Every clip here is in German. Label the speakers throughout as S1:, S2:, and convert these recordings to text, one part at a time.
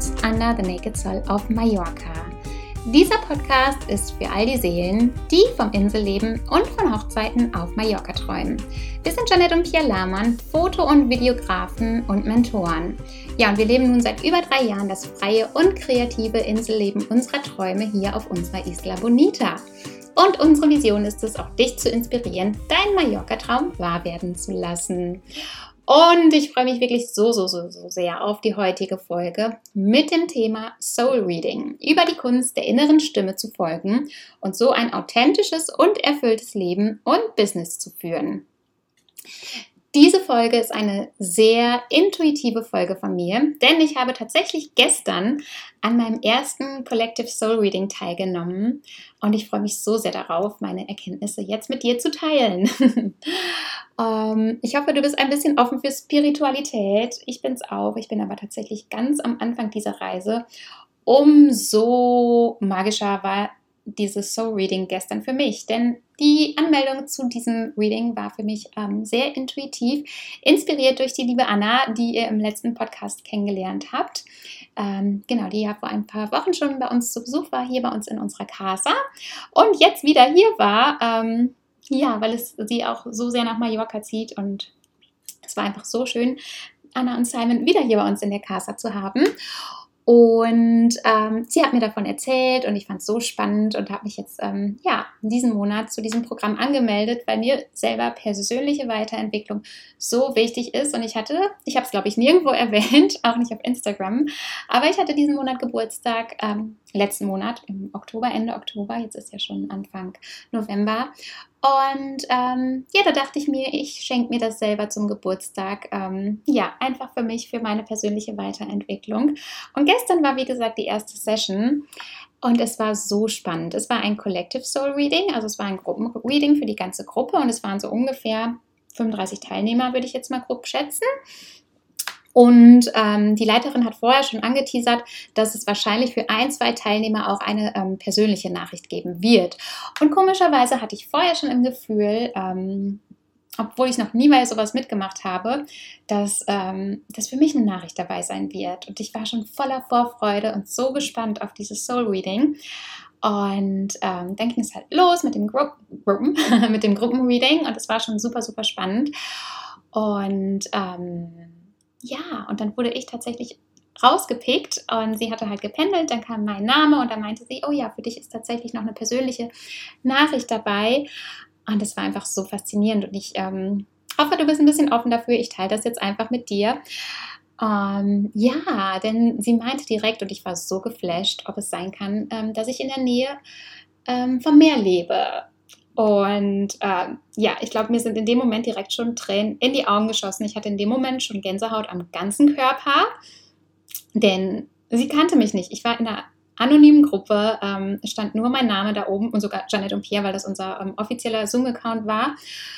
S1: Souls Under the Naked Soul auf Mallorca. Dieser Podcast ist für all die Seelen, die vom Inselleben und von Hochzeiten auf Mallorca träumen. Wir sind Jeanette und Pierre Lahmann, Foto- und Videografen und Mentoren. Ja, und wir leben nun seit über 3 Jahren das freie und kreative Inselleben unserer Träume hier auf unserer Isla Bonita. Und unsere Vision ist es, auch dich zu inspirieren, deinen Mallorca-Traum wahr werden zu lassen. Und ich freue mich wirklich so sehr auf die heutige Folge mit dem Thema Soul Reading, über die Kunst der inneren Stimme zu folgen und so ein authentisches und erfülltes Leben und Business zu führen. Diese Folge ist eine sehr intuitive Folge von mir, denn ich habe tatsächlich gestern an meinem ersten Collective Soul Reading teilgenommen und ich freue mich so sehr darauf, meine Erkenntnisse jetzt mit dir zu teilen. Ich hoffe, du bist ein bisschen offen für Spiritualität. Ich bin es auch. Ich bin aber tatsächlich ganz am Anfang dieser Reise. Umso magischer war dieses Soul Reading gestern für mich, denn die Anmeldung zu diesem Reading war für mich sehr intuitiv, inspiriert durch die liebe Anna, die ihr im letzten Podcast kennengelernt habt. Die ja vor ein paar Wochen schon bei uns zu Besuch war, hier bei uns in unserer Casa und jetzt wieder hier war, weil es sie auch so sehr nach Mallorca zieht und es war einfach so schön, Anna und Simon wieder hier bei uns in der Casa zu haben. Und sie hat mir davon erzählt und ich fand es so spannend und habe mich jetzt diesen Monat zu diesem Programm angemeldet, weil mir selber persönliche Weiterentwicklung so wichtig ist. Und ich habe es glaube ich nirgendwo erwähnt, auch nicht auf Instagram, aber ich hatte diesen Monat Geburtstag, letzten Monat im Oktober, Ende Oktober, jetzt ist ja schon Anfang November. Und da dachte ich mir, ich schenke mir das selber zum Geburtstag, einfach für mich, für meine persönliche Weiterentwicklung. Und gestern war, wie gesagt, die erste Session und es war so spannend. Es war ein Collective Soul Reading, also es war ein Gruppenreading für die ganze Gruppe und es waren so ungefähr 35 Teilnehmer, würde ich jetzt mal grob schätzen. Und die Leiterin hat vorher schon angeteasert, dass es wahrscheinlich für 1-2 Teilnehmer auch eine persönliche Nachricht geben wird. Und komischerweise hatte ich vorher schon im Gefühl, obwohl ich noch nie mal sowas mitgemacht habe, dass für mich eine Nachricht dabei sein wird. Und ich war schon voller Vorfreude und so gespannt auf dieses Soul Reading. Und dann ging es halt los mit dem Gruppenreading und es war schon super spannend. Und und dann wurde ich tatsächlich rausgepickt und sie hatte halt gependelt, dann kam mein Name und dann meinte sie, oh ja, für dich ist tatsächlich noch eine persönliche Nachricht dabei und das war einfach so faszinierend und ich hoffe, du bist ein bisschen offen dafür, ich teile das jetzt einfach mit dir. Denn sie meinte direkt und ich war so geflasht, ob es sein kann, dass ich in der Nähe vom Meer lebe. Und ich glaube, mir sind in dem Moment direkt schon Tränen in die Augen geschossen. Ich hatte in dem Moment schon Gänsehaut am ganzen Körper, denn sie kannte mich nicht. Ich war in einer anonymen Gruppe, stand nur mein Name da oben und sogar Jeanette und Pierre, weil das unser offizieller Zoom-Account war.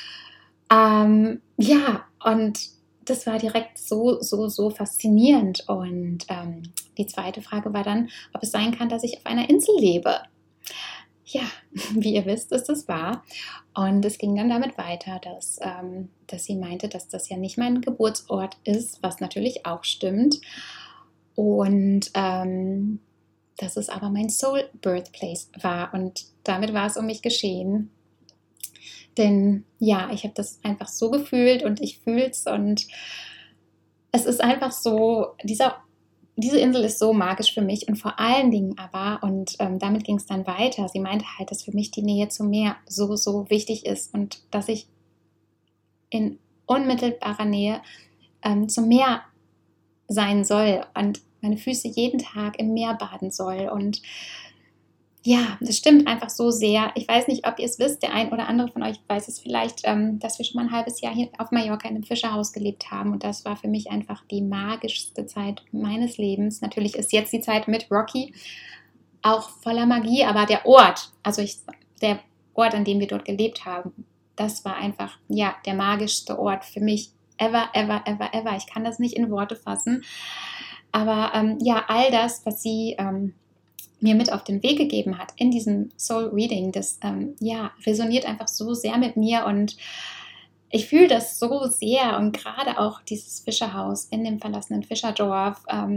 S1: Und das war direkt so faszinierend. Und die zweite Frage war dann, ob es sein kann, dass ich auf einer Insel lebe. Ja, wie ihr wisst, ist das wahr. Und es ging dann damit weiter, dass sie meinte, dass das ja nicht mein Geburtsort ist, was natürlich auch stimmt. Und dass es aber mein Soul Birthplace war. Und damit war es um mich geschehen. Denn ja, ich habe das einfach so gefühlt und ich fühle es. Und es ist einfach so, diese Insel ist so magisch für mich und vor allen Dingen aber, und damit ging es dann weiter, sie meinte halt, dass für mich die Nähe zum Meer so wichtig ist und dass ich in unmittelbarer Nähe zum Meer sein soll und meine Füße jeden Tag im Meer baden soll und ja, das stimmt einfach so sehr. Ich weiß nicht, ob ihr es wisst, der ein oder andere von euch weiß es vielleicht, dass wir schon mal ein halbes Jahr hier auf Mallorca in einem Fischerhaus gelebt haben und das war für mich einfach die magischste Zeit meines Lebens. Natürlich ist jetzt die Zeit mit Rocky auch voller Magie, aber der Ort, der Ort, an dem wir dort gelebt haben, das war einfach, der magischste Ort für mich ever. Ich kann das nicht in Worte fassen, aber all das, was sie mir mit auf den Weg gegeben hat in diesem Soul Reading, das resoniert einfach so sehr mit mir und ich fühle das so sehr und gerade auch dieses Fischerhaus in dem verlassenen Fischerdorf,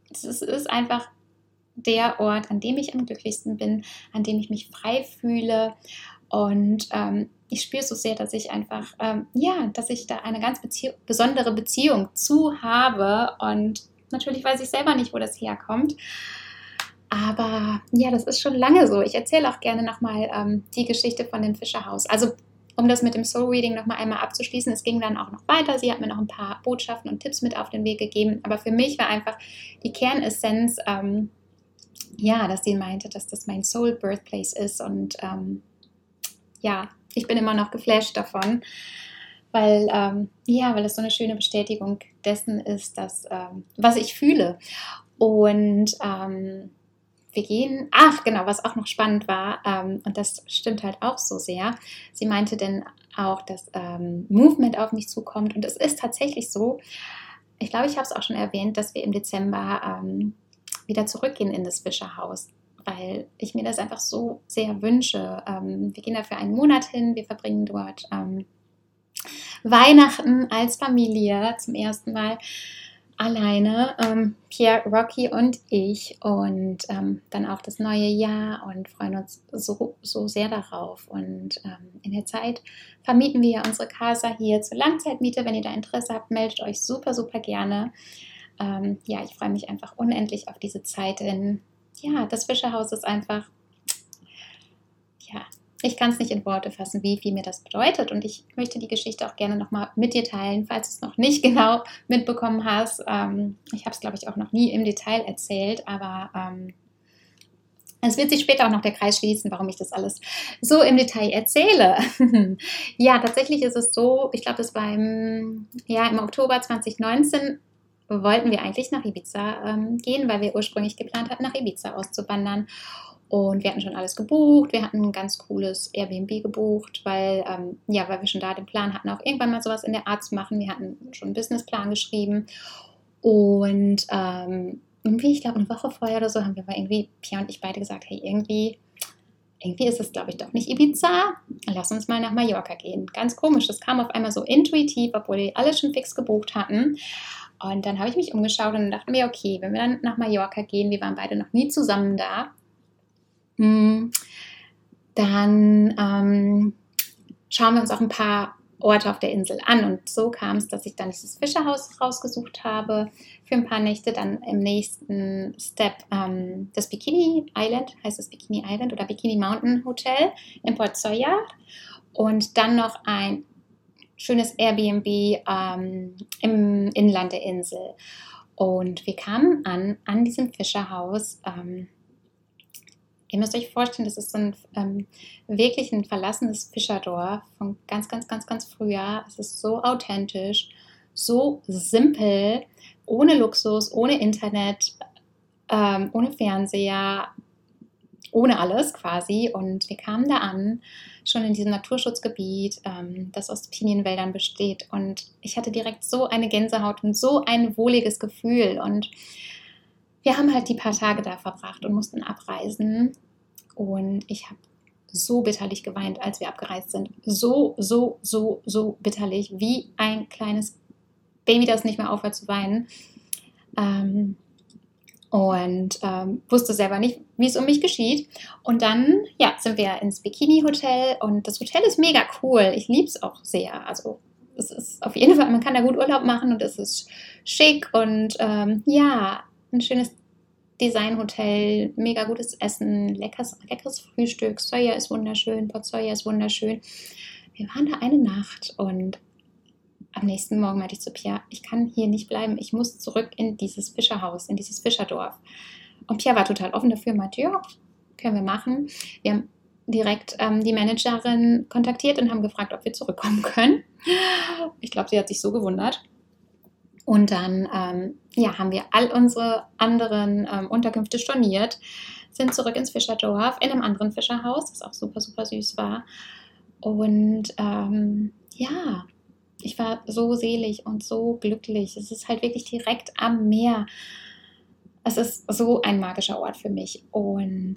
S1: es ist einfach der Ort, an dem ich am glücklichsten bin, an dem ich mich frei fühle. Und ich spüre so sehr, dass ich einfach, dass ich da eine ganz besondere Beziehung zu habe. Und natürlich weiß ich selber nicht, wo das herkommt. Aber ja, das ist schon lange so. Ich erzähle auch gerne nochmal die Geschichte von dem Fischerhaus. Also um das mit dem Soul Reading nochmal einmal abzuschließen, es ging dann auch noch weiter. Sie hat mir noch ein paar Botschaften und Tipps mit auf den Weg gegeben. Aber für mich war einfach die Kernessenz, dass sie meinte, dass das mein Soul Birthplace ist. Und ich bin immer noch geflasht davon, weil es so eine schöne Bestätigung dessen ist, dass, was ich fühle. Und wir gehen, was auch noch spannend war, und das stimmt halt auch so sehr, sie meinte denn auch, dass Movement auf mich zukommt, und es ist tatsächlich so, ich glaube, ich habe es auch schon erwähnt, dass wir im Dezember wieder zurückgehen in das Fischerhaus, weil ich mir das einfach so sehr wünsche. Wir gehen da für einen Monat hin, wir verbringen dort Weihnachten als Familie zum ersten Mal alleine, Pierre, Rocky und ich, und dann auch das neue Jahr, und freuen uns so sehr darauf. Und in der Zeit vermieten wir ja unsere Casa hier zur Langzeitmiete. Wenn ihr da Interesse habt, meldet euch super, super gerne. Ich freue mich einfach unendlich auf diese Zeit, denn das Fischerhaus ist einfach, ich kann es nicht in Worte fassen, wie viel mir das bedeutet, und ich möchte die Geschichte auch gerne nochmal mit dir teilen, falls du es noch nicht genau mitbekommen hast. Ich habe es, glaube ich, auch noch nie im Detail erzählt, aber es wird sich später auch noch der Kreis schließen, warum ich das alles so im Detail erzähle. Ja, tatsächlich ist es so, ich glaube, das war im Oktober 2019 wollten wir eigentlich nach Ibiza gehen, weil wir ursprünglich geplant hatten, nach Ibiza auszuwandern. Und wir hatten schon alles gebucht. Wir hatten ein ganz cooles Airbnb gebucht, weil wir schon da den Plan hatten, auch irgendwann mal sowas in der Art zu machen. Wir hatten schon einen Businessplan geschrieben. Und irgendwie, ich glaube, eine Woche vorher oder so, haben wir mal irgendwie, Pia und ich beide gesagt, hey, irgendwie ist es, glaube ich, doch nicht Ibiza. Lass uns mal nach Mallorca gehen. Ganz komisch, das kam auf einmal so intuitiv, obwohl wir alles schon fix gebucht hatten. Und dann habe ich mich umgeschaut und dachte mir, okay, wenn wir dann nach Mallorca gehen, wir waren beide noch nie zusammen da, dann schauen wir uns auch ein paar Orte auf der Insel an. Und so kam es, dass ich dann dieses Fischerhaus rausgesucht habe für ein paar Nächte. Dann im nächsten Step das Bikini Island, heißt das Bikini Island oder Bikini Mountain Hotel in Port Saïd. Und dann noch ein schönes Airbnb im Inland der Insel. Und wir kamen an diesem Fischerhaus. Ihr müsst euch vorstellen, das ist so ein wirklich ein verlassenes Fischerdorf von ganz, ganz, ganz, ganz früher. Es ist so authentisch, so simpel, ohne Luxus, ohne Internet, ohne Fernseher, ohne alles quasi. Und wir kamen da an, schon in diesem Naturschutzgebiet, das aus Pinienwäldern besteht. Und ich hatte direkt so eine Gänsehaut und so ein wohliges Gefühl. Und wir haben halt die paar Tage da verbracht und mussten abreisen. Und ich habe so bitterlich geweint, als wir abgereist sind. So bitterlich, wie ein kleines Baby, das nicht mehr aufhört zu weinen. Wusste selber nicht, wie es um mich geschieht. Und dann sind wir ins Bikini-Hotel, und das Hotel ist mega cool. Ich liebe es auch sehr. Also es ist auf jeden Fall, man kann da gut Urlaub machen, und es ist schick und ein schönes Designhotel, mega gutes Essen, leckeres Frühstück. Soja ist wunderschön, Port Soja ist wunderschön. Wir waren da eine Nacht, und am nächsten Morgen meinte ich zu Pia, ich kann hier nicht bleiben, ich muss zurück in dieses Fischerhaus, in dieses Fischerdorf. Und Pia war total offen dafür, meinte, ja, können wir machen. Wir haben direkt die Managerin kontaktiert und haben gefragt, ob wir zurückkommen können. Ich glaube, sie hat sich so gewundert. Und dann haben wir all unsere anderen Unterkünfte storniert, sind zurück ins Fischerdorf, in einem anderen Fischerhaus, das auch super, super süß war. Und ich war so selig und so glücklich. Es ist halt wirklich direkt am Meer. Es ist so ein magischer Ort für mich. Und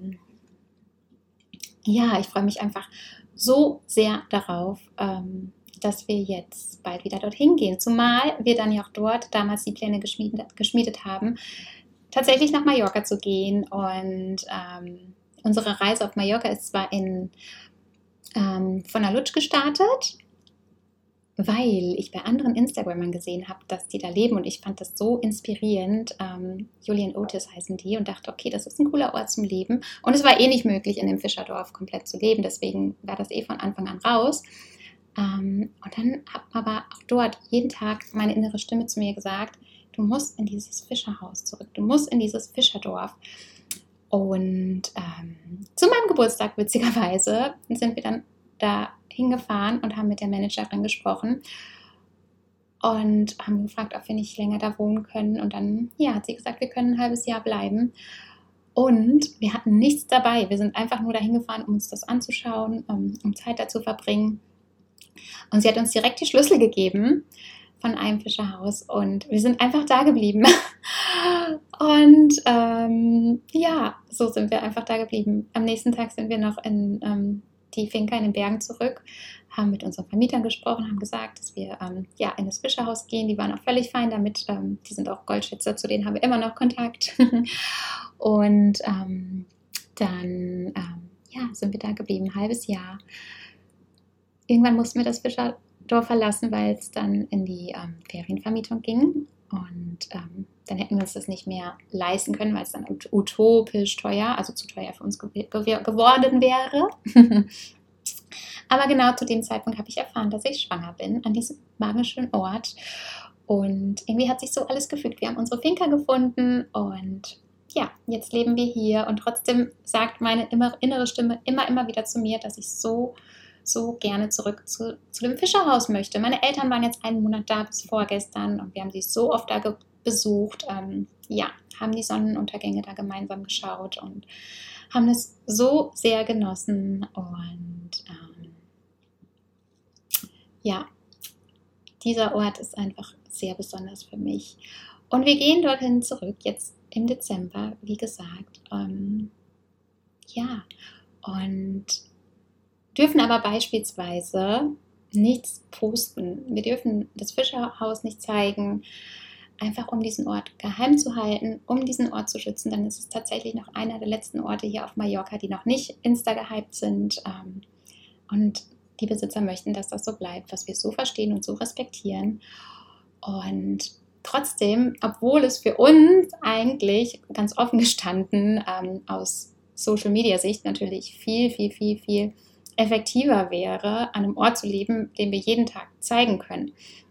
S1: ich freue mich einfach so sehr darauf, dass wir jetzt bald wieder dorthin gehen. Zumal wir dann ja auch dort damals die Pläne geschmiedet haben, tatsächlich nach Mallorca zu gehen. Und unsere Reise auf Mallorca ist zwar von der Lutsch gestartet, weil ich bei anderen Instagrammern gesehen habe, dass die da leben und ich fand das so inspirierend. Julian Otis heißen die und dachte, okay, das ist ein cooler Ort zum Leben. Und es war nicht möglich, in dem Fischerdorf komplett zu leben, deswegen war das von Anfang an raus. Und dann hat aber auch dort jeden Tag meine innere Stimme zu mir gesagt, du musst in dieses Fischerhaus zurück, du musst in dieses Fischerdorf. Und zu meinem Geburtstag, witzigerweise, sind wir dann da hingefahren und haben mit der Managerin gesprochen und haben gefragt, ob wir nicht länger da wohnen können. Und dann hat sie gesagt, wir können ein halbes Jahr bleiben. Und wir hatten nichts dabei. Wir sind einfach nur da hingefahren, um uns das anzuschauen, um Zeit da zu verbringen. Und sie hat uns direkt die Schlüssel gegeben von einem Fischerhaus und wir sind einfach da geblieben. Und so sind wir einfach da geblieben. Am nächsten Tag sind wir noch in die Finca in den Bergen zurück, haben mit unseren Vermietern gesprochen, haben gesagt, dass wir in das Fischerhaus gehen. Die waren auch völlig fein damit. Die sind auch Goldschätzer, zu denen haben wir immer noch Kontakt. Und dann sind wir da geblieben, ein halbes Jahr. Irgendwann mussten wir das Fischerdorf verlassen, weil es dann in die Ferienvermietung ging. Und dann hätten wir uns das nicht mehr leisten können, weil es dann utopisch teuer, also zu teuer für uns geworden wäre. Aber genau zu dem Zeitpunkt habe ich erfahren, dass ich schwanger bin an diesem magischen Ort. Und irgendwie hat sich so alles gefügt. Wir haben unsere Finca gefunden und jetzt leben wir hier. Und trotzdem sagt meine innere Stimme immer wieder zu mir, dass ich so gerne zurück zu dem Fischerhaus möchte. Meine Eltern waren jetzt einen Monat da bis vorgestern und wir haben sie so oft da besucht, haben die Sonnenuntergänge da gemeinsam geschaut und haben es so sehr genossen und dieser Ort ist einfach sehr besonders für mich. Und wir gehen dorthin zurück, jetzt im Dezember, wie gesagt. Und dürfen aber beispielsweise nichts posten. Wir dürfen das Fischerhaus nicht zeigen, einfach um diesen Ort geheim zu halten, um diesen Ort zu schützen. Dann ist es tatsächlich noch einer der letzten Orte hier auf Mallorca, die noch nicht Insta-gehypt sind. Und die Besitzer möchten, dass das so bleibt, was wir so verstehen und so respektieren. Und trotzdem, obwohl es für uns eigentlich ganz offen gestanden aus Social-Media-Sicht natürlich viel effektiver wäre, an einem Ort zu leben, den wir jeden Tag zeigen können.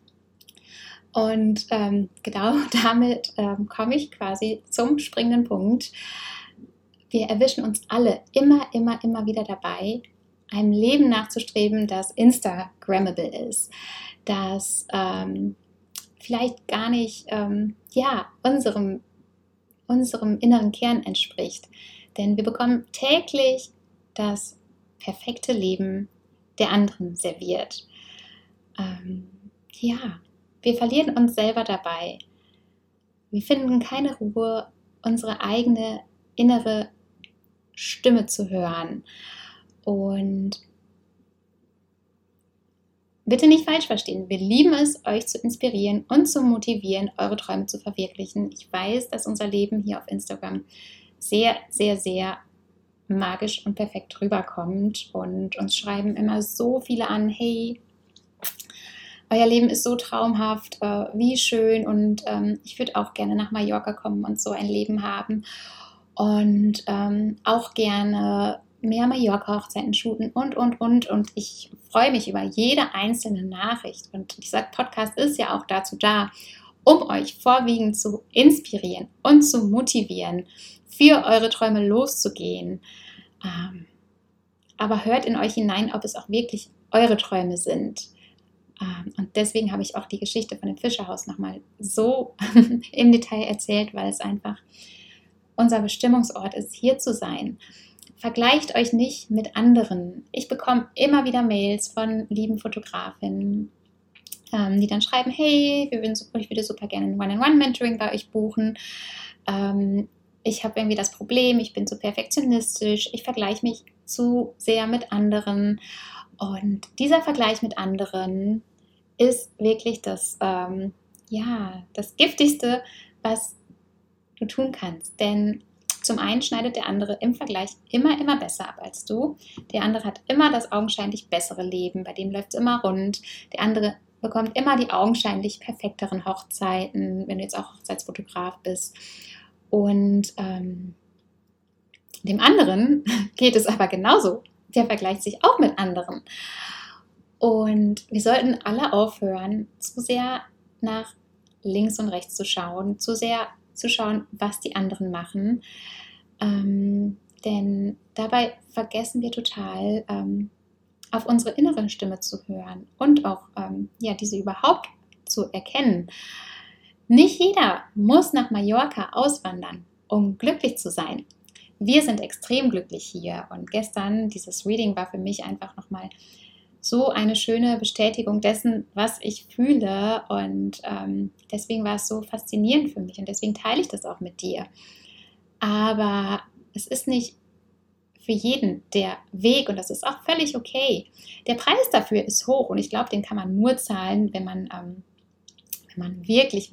S1: Und genau damit komme ich quasi zum springenden Punkt. Wir erwischen uns alle immer wieder dabei, einem Leben nachzustreben, das Instagrammable ist, das vielleicht gar nicht unserem inneren Kern entspricht. Denn wir bekommen täglich das perfekte Leben der anderen serviert. Wir verlieren uns selber dabei. Wir finden keine Ruhe, unsere eigene innere Stimme zu hören. Und bitte nicht falsch verstehen, wir lieben es, euch zu inspirieren und zu motivieren, eure Träume zu verwirklichen. Ich weiß, dass unser Leben hier auf Instagram sehr magisch und perfekt rüberkommt und uns schreiben immer so viele an, hey, euer Leben ist so traumhaft, wie schön und ich würde auch gerne nach Mallorca kommen und so ein Leben haben und auch gerne mehr Mallorca-Hochzeiten shooten und ich freue mich über jede einzelne Nachricht und dieser Podcast ist ja auch dazu da, um euch vorwiegend zu inspirieren und zu motivieren, für eure Träume loszugehen. Aber hört in euch hinein, ob es auch wirklich eure Träume sind. Und deswegen habe ich auch die Geschichte von dem Fischerhaus nochmal so im Detail erzählt, weil es einfach unser Bestimmungsort ist, hier zu sein. Vergleicht euch nicht mit anderen. Ich bekomme immer wieder Mails von lieben Fotografinnen, die dann schreiben, hey, ich würde super gerne ein One-on-One-Mentoring bei euch buchen. Ich habe irgendwie das Problem, ich bin zu perfektionistisch, ich vergleiche mich zu sehr mit anderen Und dieser Vergleich mit anderen ist wirklich das Giftigste, was du tun kannst. Denn zum einen schneidet der andere im Vergleich immer besser ab als du. Der andere hat immer das augenscheinlich bessere Leben, bei dem läuft es immer rund. Der andere bekommt immer die augenscheinlich perfekteren Hochzeiten, wenn du jetzt auch Hochzeitsfotograf bist. Und dem anderen geht es aber genauso. Der vergleicht sich auch mit anderen. Und wir sollten alle aufhören, zu sehr nach links und rechts zu schauen, zu sehr zu schauen, was die anderen machen. Denn dabei vergessen wir total, auf unsere innere Stimme zu hören und auch diese überhaupt zu erkennen. Nicht jeder muss nach Mallorca auswandern, um glücklich zu sein. Wir sind extrem glücklich hier und gestern, dieses Reading war für mich einfach nochmal so eine schöne Bestätigung dessen, was ich fühle und deswegen war es so faszinierend für mich und deswegen teile ich das auch mit dir. Aber es ist nicht für jeden der Weg und das ist auch völlig okay. Der Preis dafür ist hoch und ich glaube, den kann man nur zahlen, wenn man wirklich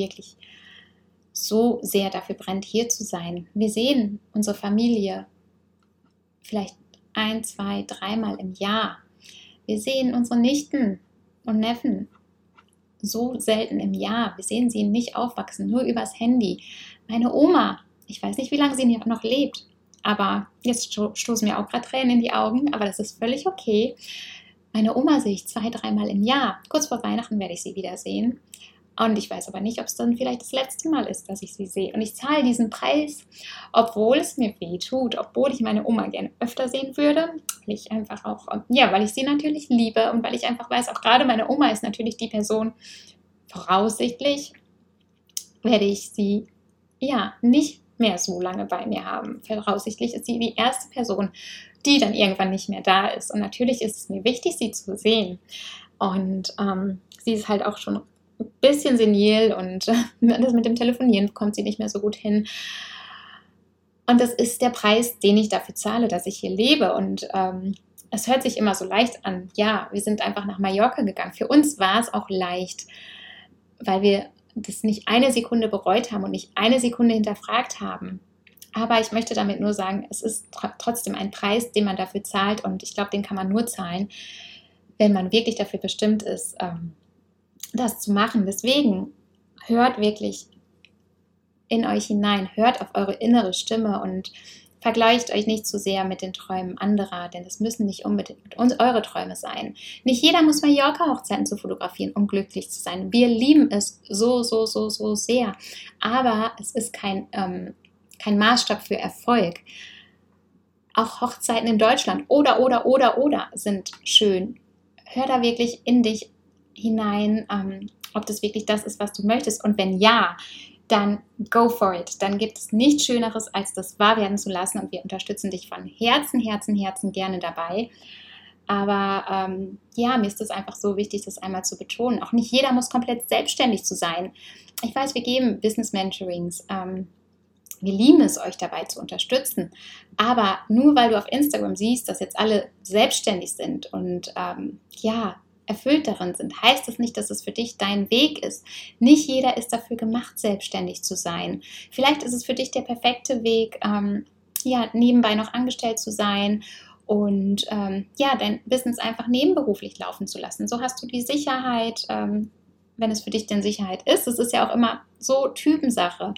S1: so sehr dafür brennt, hier zu sein. Wir sehen unsere Familie vielleicht 1, 2, 3 Mal im Jahr. Wir sehen unsere Nichten und Neffen so selten im Jahr. Wir sehen sie nicht aufwachsen, nur übers Handy. Meine Oma, ich weiß nicht, wie lange sie noch lebt, aber jetzt stoßen mir auch gerade Tränen in die Augen, aber das ist völlig okay. Meine Oma sehe ich 2, 3 Mal im Jahr. Kurz vor Weihnachten werde ich sie wiedersehen. Und ich weiß aber nicht, ob es dann vielleicht das letzte Mal ist, dass ich sie sehe. Und ich zahle diesen Preis, obwohl es mir weh tut, obwohl ich meine Oma gerne öfter sehen würde. Weil ich einfach auch, weil ich sie natürlich liebe und weil ich einfach weiß, auch gerade meine Oma ist natürlich die Person, voraussichtlich werde ich sie nicht mehr so lange bei mir haben. Voraussichtlich ist sie die erste Person, die dann irgendwann nicht mehr da ist. Und natürlich ist es mir wichtig, sie zu sehen. Und sie ist halt auch schon ein bisschen senil und das mit dem Telefonieren bekommt sie nicht mehr so gut hin. Und das ist der Preis, den ich dafür zahle, dass ich hier lebe. Und es hört sich immer so leicht an. Ja, wir sind einfach nach Mallorca gegangen. Für uns war es auch leicht, weil wir das nicht eine Sekunde bereut haben und nicht eine Sekunde hinterfragt haben. Aber ich möchte damit nur sagen, es ist trotzdem ein Preis, den man dafür zahlt. Und ich glaube, den kann man nur zahlen, wenn man wirklich dafür bestimmt ist, das zu machen. Deswegen hört wirklich in euch hinein, hört auf eure innere Stimme und vergleicht euch nicht zu sehr mit den Träumen anderer, denn es müssen nicht unbedingt eure Träume sein. Nicht jeder muss Mallorca-Hochzeiten zu fotografieren, um glücklich zu sein. Wir lieben es so sehr, aber es ist kein Maßstab für Erfolg. Auch Hochzeiten in Deutschland oder sind schön. Hör da wirklich in dich hinein, ob das wirklich das ist, was du möchtest. Und wenn ja, dann go for it. Dann gibt es nichts Schöneres, als das wahr werden zu lassen. Und wir unterstützen dich von Herzen gerne dabei. Aber mir ist es einfach so wichtig, das einmal zu betonen. Auch nicht jeder muss komplett selbstständig zu sein. Ich weiß, wir geben Business Mentorings. Wir lieben es, euch dabei zu unterstützen. Aber nur weil du auf Instagram siehst, dass jetzt alle selbstständig sind und erfüllt darin sind, heißt das nicht, dass es für dich dein Weg ist. Nicht jeder ist dafür gemacht, selbstständig zu sein. Vielleicht ist es für dich der perfekte Weg, nebenbei noch angestellt zu sein und dein Business einfach nebenberuflich laufen zu lassen. So hast du die Sicherheit, wenn es für dich denn Sicherheit ist. Es ist ja auch immer so Typensache.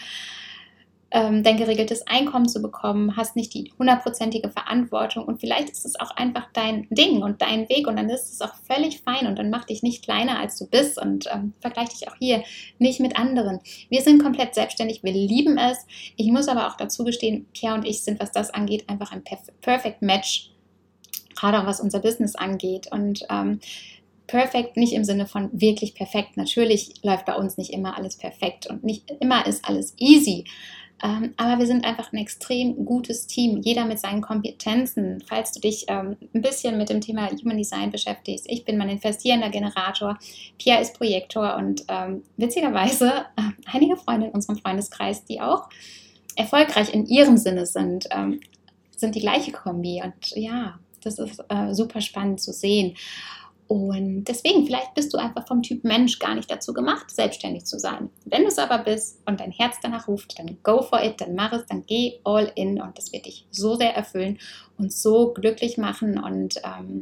S1: Dein geregeltes Einkommen zu bekommen, hast nicht die 100%ige Verantwortung und vielleicht ist es auch einfach dein Ding und dein Weg und dann ist es auch völlig fein und dann mach dich nicht kleiner, als du bist und vergleich dich auch hier nicht mit anderen. Wir sind komplett selbstständig, wir lieben es. Ich muss aber auch dazu gestehen, Pia und ich sind, was das angeht, einfach ein Perfect Match, gerade auch was unser Business angeht und perfekt nicht im Sinne von wirklich perfekt. Natürlich läuft bei uns nicht immer alles perfekt und nicht immer ist alles easy. Aber wir sind einfach ein extrem gutes Team, jeder mit seinen Kompetenzen. Falls du dich ein bisschen mit dem Thema Human Design beschäftigst, ich bin manifestierender Generator, Pia ist Projektor und witzigerweise einige Freunde in unserem Freundeskreis, die auch erfolgreich in ihrem Sinne sind die gleiche Kombi. Und ja, Das ist super spannend zu sehen. Und deswegen, vielleicht bist du einfach vom Typ Mensch gar nicht dazu gemacht, selbstständig zu sein. Wenn du es aber bist und dein Herz danach ruft, dann go for it, dann mach es, dann geh all in und das wird dich so sehr erfüllen und so glücklich machen. Und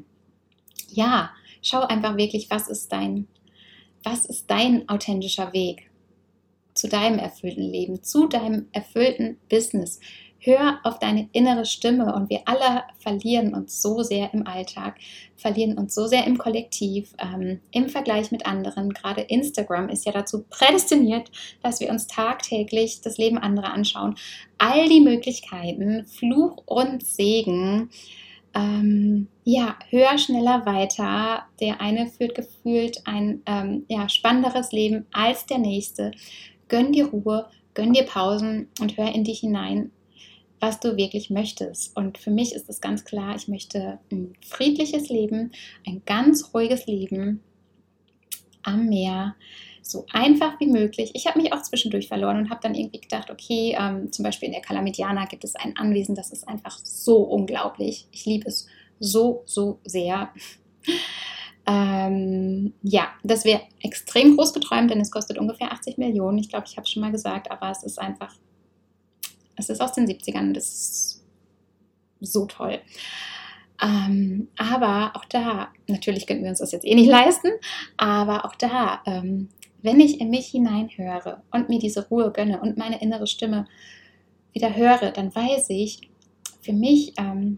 S1: schau einfach wirklich, was ist dein authentischer Weg zu deinem erfüllten Leben, zu deinem erfüllten Business. Hör auf deine innere Stimme und wir alle verlieren uns so sehr im Alltag, verlieren uns so sehr im Kollektiv, im Vergleich mit anderen. Gerade Instagram ist ja dazu prädestiniert, dass wir uns tagtäglich das Leben anderer anschauen. All die Möglichkeiten, Fluch und Segen. Höher, schneller, weiter. Der eine führt gefühlt ein spannenderes Leben als der nächste. Gönn dir Ruhe, gönn dir Pausen und hör in dich hinein, was du wirklich möchtest. Und für mich ist es ganz klar, ich möchte ein friedliches Leben, ein ganz ruhiges Leben am Meer, so einfach wie möglich. Ich habe mich auch zwischendurch verloren und habe dann irgendwie gedacht, okay, zum Beispiel in der Cala Mediana gibt es ein Anwesen, das ist einfach so unglaublich. Ich liebe es so, so sehr. Das wäre extrem groß geträumt, denn es kostet ungefähr 80 Millionen. Ich glaube, ich habe es schon mal gesagt, aber es ist aus den 70ern und das ist so toll. Aber auch da, natürlich könnten wir uns das jetzt nicht leisten, aber auch da, wenn ich in mich hineinhöre und mir diese Ruhe gönne und meine innere Stimme wieder höre, dann weiß ich, für mich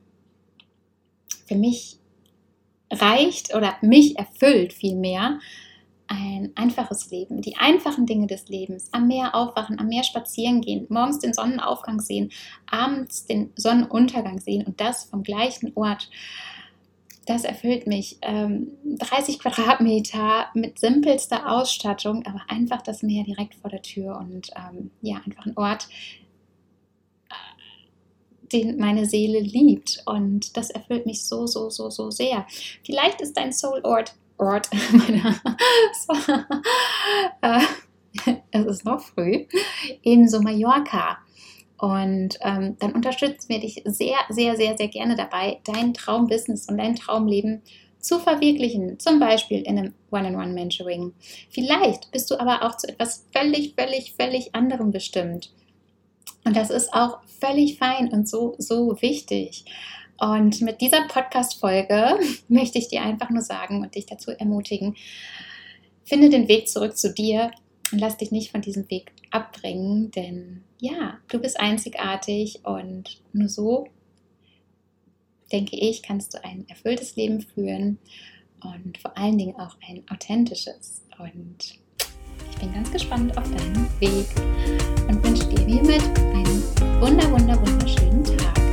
S1: reicht oder mich erfüllt vielmehr ein einfaches Leben, die einfachen Dinge des Lebens, am Meer aufwachen, am Meer spazieren gehen, morgens den Sonnenaufgang sehen, abends den Sonnenuntergang sehen und das vom gleichen Ort. Das erfüllt mich. 30 Quadratmeter mit simpelster Ausstattung, aber einfach das Meer direkt vor der Tür und einfach ein Ort, den meine Seele liebt und das erfüllt mich so, so, so, so sehr. Vielleicht ist dein Soul-Ort es ist noch früh, ebenso Mallorca. Und dann unterstützen wir dich sehr, sehr, sehr, sehr gerne dabei, dein Traumbusiness und dein Traumleben zu verwirklichen. Zum Beispiel in einem One-on-One-Mentoring. Vielleicht bist du aber auch zu etwas völlig, völlig, völlig anderem bestimmt. Und das ist auch völlig fein und so, so wichtig. Und mit dieser Podcast-Folge möchte ich dir einfach nur sagen und dich dazu ermutigen, finde den Weg zurück zu dir und lass dich nicht von diesem Weg abbringen, denn du bist einzigartig und nur so, denke ich, kannst du ein erfülltes Leben führen und vor allen Dingen auch ein authentisches. Und ich bin ganz gespannt auf deinen Weg und wünsche dir hiermit einen wunderschönen Tag.